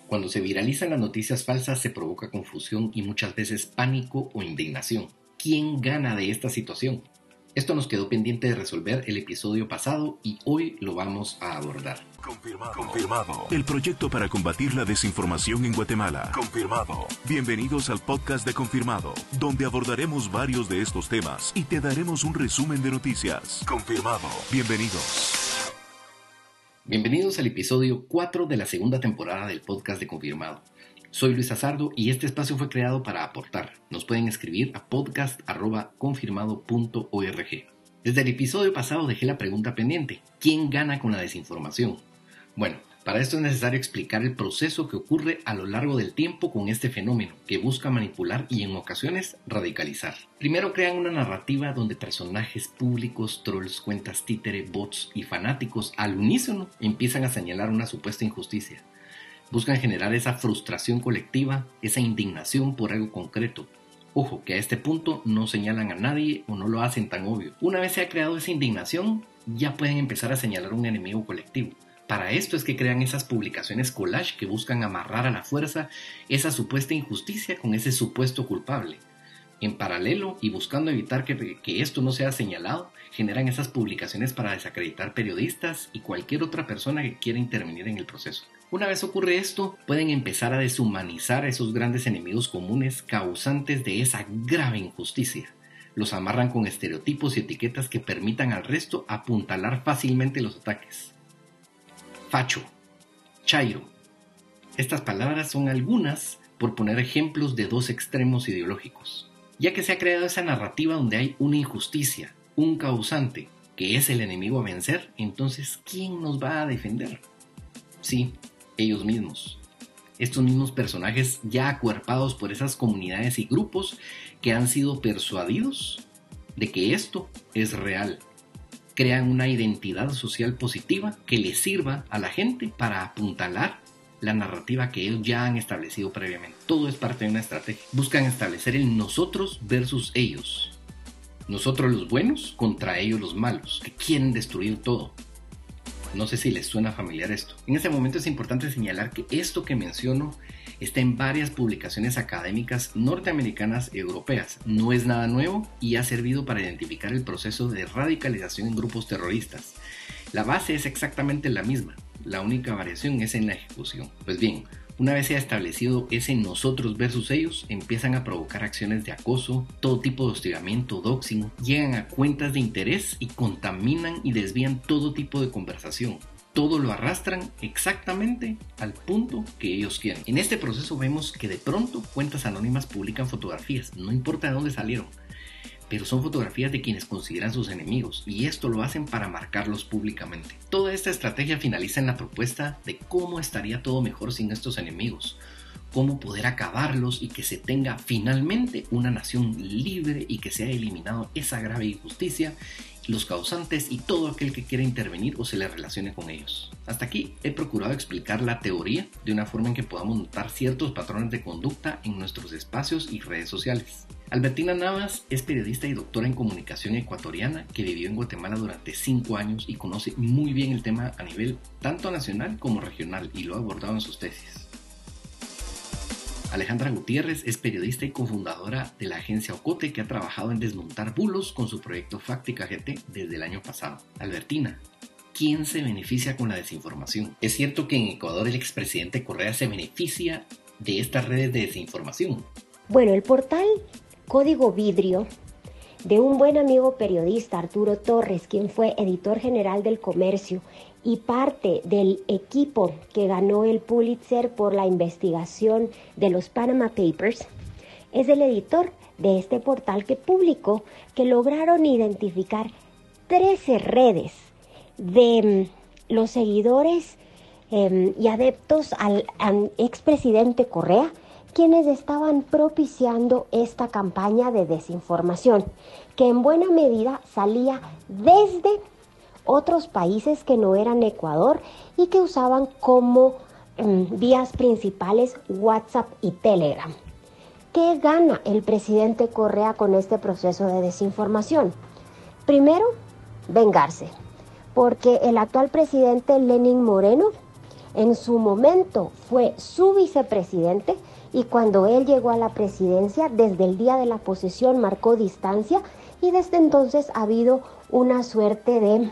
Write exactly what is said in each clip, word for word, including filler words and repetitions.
Cuando se viralizan las noticias falsas se provoca confusión y muchas veces pánico o indignación. ¿Quién gana de esta situación? Esto nos quedó pendiente de resolver el episodio pasado y hoy lo vamos a abordar. Confirmado. Confirmado. El proyecto para combatir la desinformación en Guatemala. Confirmado. Bienvenidos al podcast de Confirmado, donde abordaremos varios de estos temas y te daremos un resumen de noticias. Confirmado. Bienvenidos. Bienvenidos al episodio cuatro de la segunda temporada del podcast de Confirmado. Soy Luis Azardo y este espacio fue creado para aportar. Nos pueden escribir a podcast arroba confirmado punto org. Desde el episodio pasado dejé la pregunta pendiente: ¿quién gana con la desinformación? Bueno, para esto es necesario explicar el proceso que ocurre a lo largo del tiempo con este fenómeno, que busca manipular y en ocasiones radicalizar. Primero crean una narrativa donde personajes públicos, trolls, cuentas títere, bots y fanáticos al unísono empiezan a señalar una supuesta injusticia. Buscan generar esa frustración colectiva, esa indignación por algo concreto. Ojo, que a este punto no señalan a nadie o no lo hacen tan obvio. Una vez se ha creado esa indignación, ya pueden empezar a señalar un enemigo colectivo. Para esto es que crean esas publicaciones collage que buscan amarrar a la fuerza esa supuesta injusticia con ese supuesto culpable. En paralelo, y buscando evitar que, que esto no sea señalado, generan esas publicaciones para desacreditar periodistas y cualquier otra persona que quiera intervenir en el proceso. Una vez ocurre esto, pueden empezar a deshumanizar a esos grandes enemigos comunes causantes de esa grave injusticia. Los amarran con estereotipos y etiquetas que permitan al resto apuntalar fácilmente los ataques. Facho, chairo. Estas palabras son algunas por poner ejemplos de dos extremos ideológicos. Ya que se ha creado esa narrativa donde hay una injusticia, un causante, que es el enemigo a vencer, entonces ¿quién nos va a defender? Sí, ellos mismos. Estos mismos personajes ya acuerpados por esas comunidades y grupos que han sido persuadidos de que esto es real. Crean una identidad social positiva que les sirva a la gente para apuntalar la narrativa que ellos ya han establecido previamente. Todo es parte de una estrategia. Buscan establecer el nosotros versus ellos. Nosotros los buenos contra ellos los malos, que quieren destruir todo. No sé si les suena familiar esto. En este momento es importante señalar que esto que menciono está en varias publicaciones académicas norteamericanas y europeas. No es nada nuevo y ha servido para identificar el proceso de radicalización en grupos terroristas. La base es exactamente la misma, la única variación es en la ejecución. Pues bien, una vez se ha establecido ese nosotros versus ellos, empiezan a provocar acciones de acoso, todo tipo de hostigamiento, doxing, llegan a cuentas de interés y contaminan y desvían todo tipo de conversación. Todo lo arrastran exactamente al punto que ellos quieren. En este proceso vemos que de pronto cuentas anónimas publican fotografías, no importa de dónde salieron, pero son fotografías de quienes consideran sus enemigos y esto lo hacen para marcarlos públicamente. Toda esta estrategia finaliza en la propuesta de cómo estaría todo mejor sin estos enemigos, cómo poder acabarlos y que se tenga finalmente una nación libre y que se haya eliminado esa grave injusticia, los causantes y todo aquel que quiera intervenir o se le relacione con ellos. Hasta aquí he procurado explicar la teoría de una forma en que podamos notar ciertos patrones de conducta en nuestros espacios y redes sociales. Albertina Navas es periodista y doctora en comunicación ecuatoriana que vivió en Guatemala durante cinco años y conoce muy bien el tema a nivel tanto nacional como regional y lo ha abordado en sus tesis. Alejandra Gutiérrez es periodista y cofundadora de la agencia Ocote que ha trabajado en desmontar bulos con su proyecto Fáctica G T desde el año pasado. Albertina, ¿quién se beneficia con la desinformación? ¿Es cierto que en Ecuador el expresidente Correa se beneficia de estas redes de desinformación? Bueno, el portal Código Vidrio de un buen amigo periodista, Arturo Torres, quien fue editor general del Comercio y parte del equipo que ganó el Pulitzer por la investigación de los Panama Papers, es el editor de este portal que publicó que lograron identificar trece redes de um, los seguidores um, y adeptos al, al expresidente Correa, quienes estaban propiciando esta campaña de desinformación, que en buena medida salía desde otros países que no eran Ecuador y que usaban como um, vías principales WhatsApp y Telegram. ¿Qué gana el presidente Correa con este proceso de desinformación? Primero, vengarse, porque el actual presidente Lenín Moreno En su momento fue su vicepresidente y cuando él llegó a la presidencia, desde el día de la posesión marcó distancia y desde entonces ha habido una suerte de,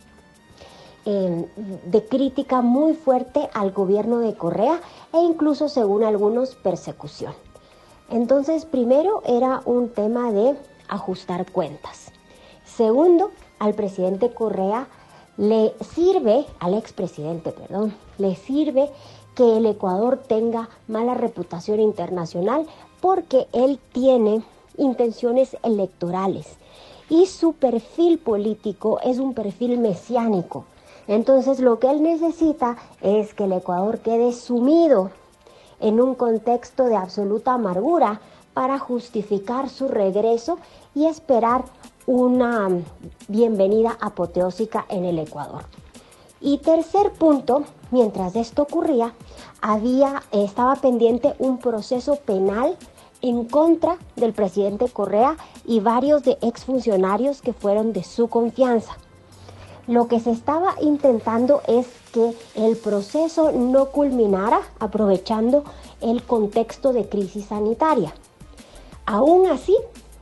eh, de crítica muy fuerte al gobierno de Correa e incluso, según algunos, persecución. Entonces, primero era un tema de ajustar cuentas. Segundo, al presidente Correa le sirve, al expresidente, perdón, le sirve que el Ecuador tenga mala reputación internacional porque él tiene intenciones electorales y su perfil político es un perfil mesiánico. Entonces lo que él necesita es que el Ecuador quede sumido en un contexto de absoluta amargura para justificar su regreso y esperar una bienvenida apoteósica en el Ecuador. Y tercer punto, mientras esto ocurría, había, estaba pendiente un proceso penal en contra del presidente Correa y varios de exfuncionarios que fueron de su confianza. Lo que se estaba intentando es que el proceso no culminara aprovechando el contexto de crisis sanitaria. Aún así,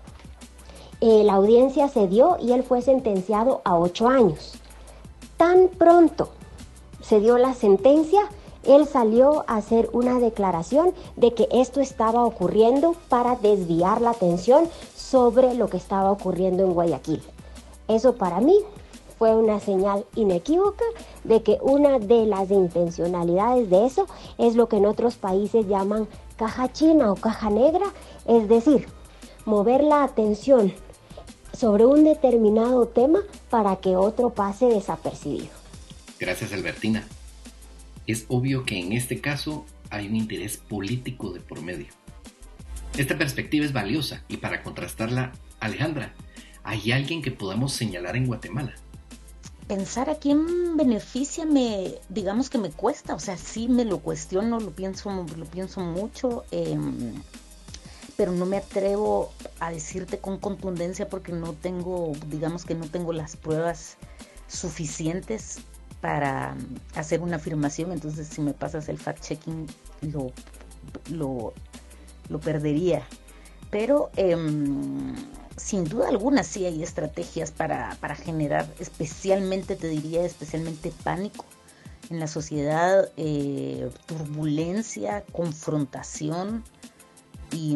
eh, la audiencia se dio y él fue sentenciado a ocho años. Tan pronto se dio la sentencia, él salió a hacer una declaración de que esto estaba ocurriendo para desviar la atención sobre lo que estaba ocurriendo en Guayaquil. Eso para mí fue una señal inequívoca de que una de las intencionalidades de eso es lo que en otros países llaman caja china o caja negra, es decir, mover la atención sobre un determinado tema para que otro pase desapercibido. Gracias, Albertina. Es obvio que en este caso hay un interés político de por medio. Esta perspectiva es valiosa y para contrastarla, Alejandra, ¿hay alguien que podamos señalar en Guatemala? Pensar a quién beneficia me, digamos que me cuesta, o sea, sí me lo cuestiono, lo pienso, lo pienso mucho, eh, pero no me atrevo a decirte con contundencia porque no tengo, digamos que no tengo las pruebas suficientes para hacer una afirmación. Entonces si me pasas el fact-checking lo, lo, lo perdería. Pero eh, sin duda alguna sí hay estrategias para, para generar, especialmente, te diría, especialmente pánico en la sociedad, eh, turbulencia, confrontación. Y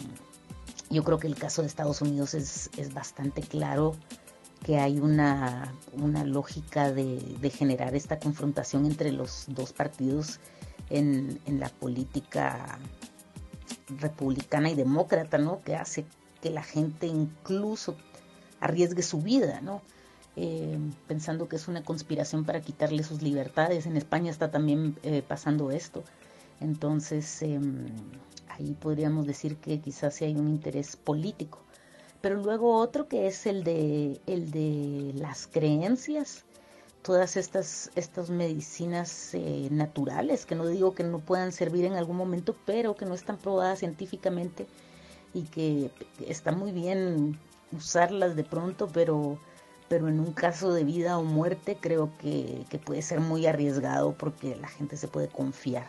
yo creo que el caso de Estados Unidos es, es bastante claro que hay una, una lógica de, de generar esta confrontación entre los dos partidos en, en la política republicana y demócrata, ¿no? Que hace que la gente incluso arriesgue su vida, ¿no? Eh, pensando que es una conspiración para quitarle sus libertades. En España está también eh, pasando esto. Entonces, eh, ahí podríamos decir que quizás sí hay un interés político. Pero luego otro que es el de, el de las creencias, todas estas, estas medicinas eh, naturales, que no digo que no puedan servir en algún momento, pero que no están probadas científicamente y que está muy bien usarlas de pronto, pero, pero en un caso de vida o muerte creo que, que puede ser muy arriesgado porque la gente se puede confiar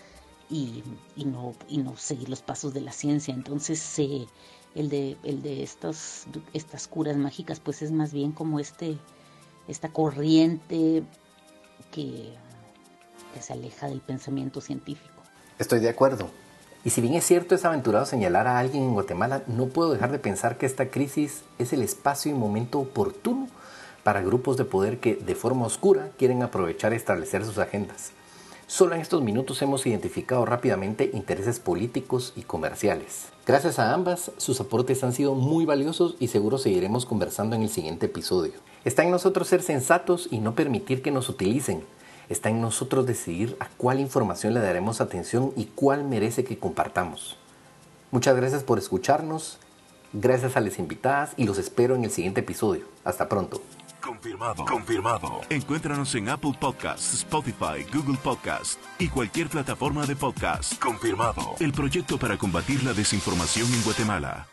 y, y, no, y no seguir los pasos de la ciencia. Entonces eh, el de, el de estos, estas curas mágicas pues es más bien como este, esta corriente que, que se aleja del pensamiento científico. Estoy de acuerdo. Y si bien es cierto, es aventurado señalar a alguien en Guatemala, no puedo dejar de pensar que esta crisis es el espacio y momento oportuno para grupos de poder que, de forma oscura, quieren aprovechar y establecer sus agendas. Solo en estos minutos hemos identificado rápidamente intereses políticos y comerciales. Gracias a ambas, sus aportes han sido muy valiosos y seguro seguiremos conversando en el siguiente episodio. Está en nosotros ser sensatos y no permitir que nos utilicen. Está en nosotros decidir a cuál información le daremos atención y cuál merece que compartamos. Muchas gracias por escucharnos, gracias a las invitadas y los espero en el siguiente episodio. Hasta pronto. Confirmado. Confirmado. Encuéntranos en Apple Podcasts, Spotify, Google Podcasts y cualquier plataforma de podcast. Confirmado. El proyecto para combatir la desinformación en Guatemala.